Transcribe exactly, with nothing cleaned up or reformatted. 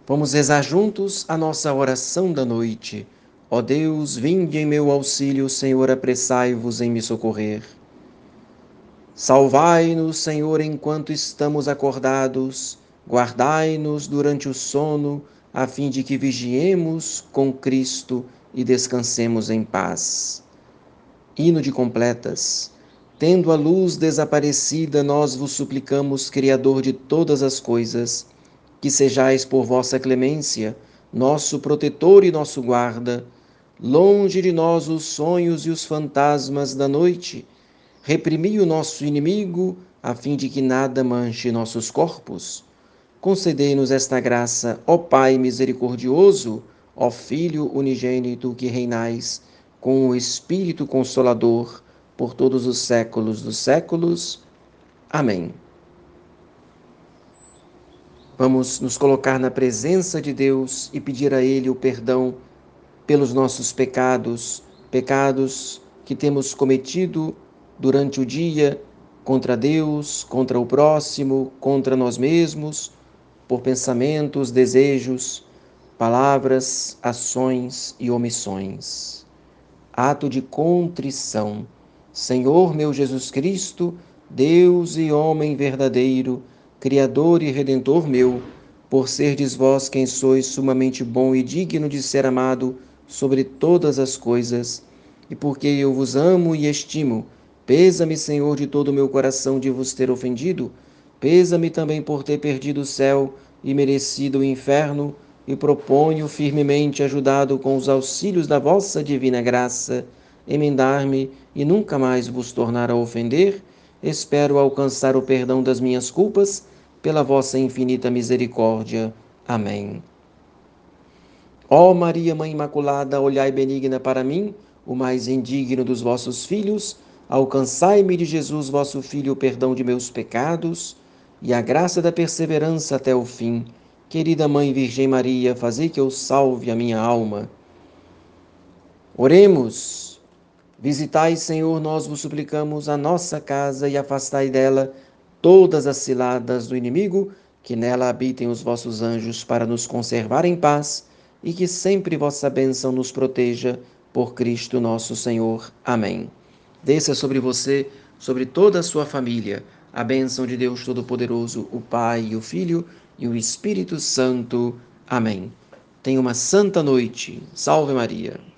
Vamos rezar juntos a nossa oração da noite. Ó Deus, vinde em meu auxílio, Senhor, apressai-vos em me socorrer. Salvai-nos, Senhor, enquanto estamos acordados, guardai-nos durante o sono, a fim de que vigiemos com Cristo e descansemos em paz. Hino de completas. Tendo a luz desaparecida, nós vos suplicamos, Criador de todas as coisas, que sejais por vossa clemência nosso protetor e nosso guarda, longe de nós os sonhos e os fantasmas da noite. Reprimi o nosso inimigo, a fim de que nada manche nossos corpos. Concedei-nos esta graça, ó Pai misericordioso, ó Filho unigênito que reinais com o Espírito Consolador por todos os séculos dos séculos. Amém. Vamos nos colocar na presença de Deus e pedir a Ele o perdão pelos nossos pecados, pecados que temos cometido durante o dia contra Deus, contra o próximo, contra nós mesmos, por pensamentos, desejos, palavras, ações e omissões. Ato de contrição. Senhor meu Jesus Cristo, Deus e homem verdadeiro, Criador e Redentor meu, por serdes vós quem sois sumamente bom e digno de ser amado sobre todas as coisas, e porque eu vos amo e estimo, pesa-me, Senhor, de todo o meu coração de vos ter ofendido, pesa-me também por ter perdido o céu e merecido o inferno, e proponho firmemente, ajudado com os auxílios da vossa divina graça, emendar-me e nunca mais vos tornar a ofender. Espero alcançar o perdão das minhas culpas, pela vossa infinita misericórdia. Amém. Ó Maria, Mãe Imaculada, olhai benigna para mim, o mais indigno dos vossos filhos, alcançai-me de Jesus, vosso Filho, o perdão de meus pecados e a graça da perseverança até o fim. Querida Mãe Virgem Maria, fazei que eu salve a minha alma. Oremos. Visitai, Senhor, nós vos suplicamos, a nossa casa e afastai dela todas as ciladas do inimigo, que nela habitem os vossos anjos para nos conservar em paz e que sempre vossa bênção nos proteja, por Cristo nosso Senhor. Amém. Desça sobre você, sobre toda a sua família, a bênção de Deus Todo-Poderoso, o Pai, o Filho e o Espírito Santo. Amém. Tenha uma santa noite. Salve Maria.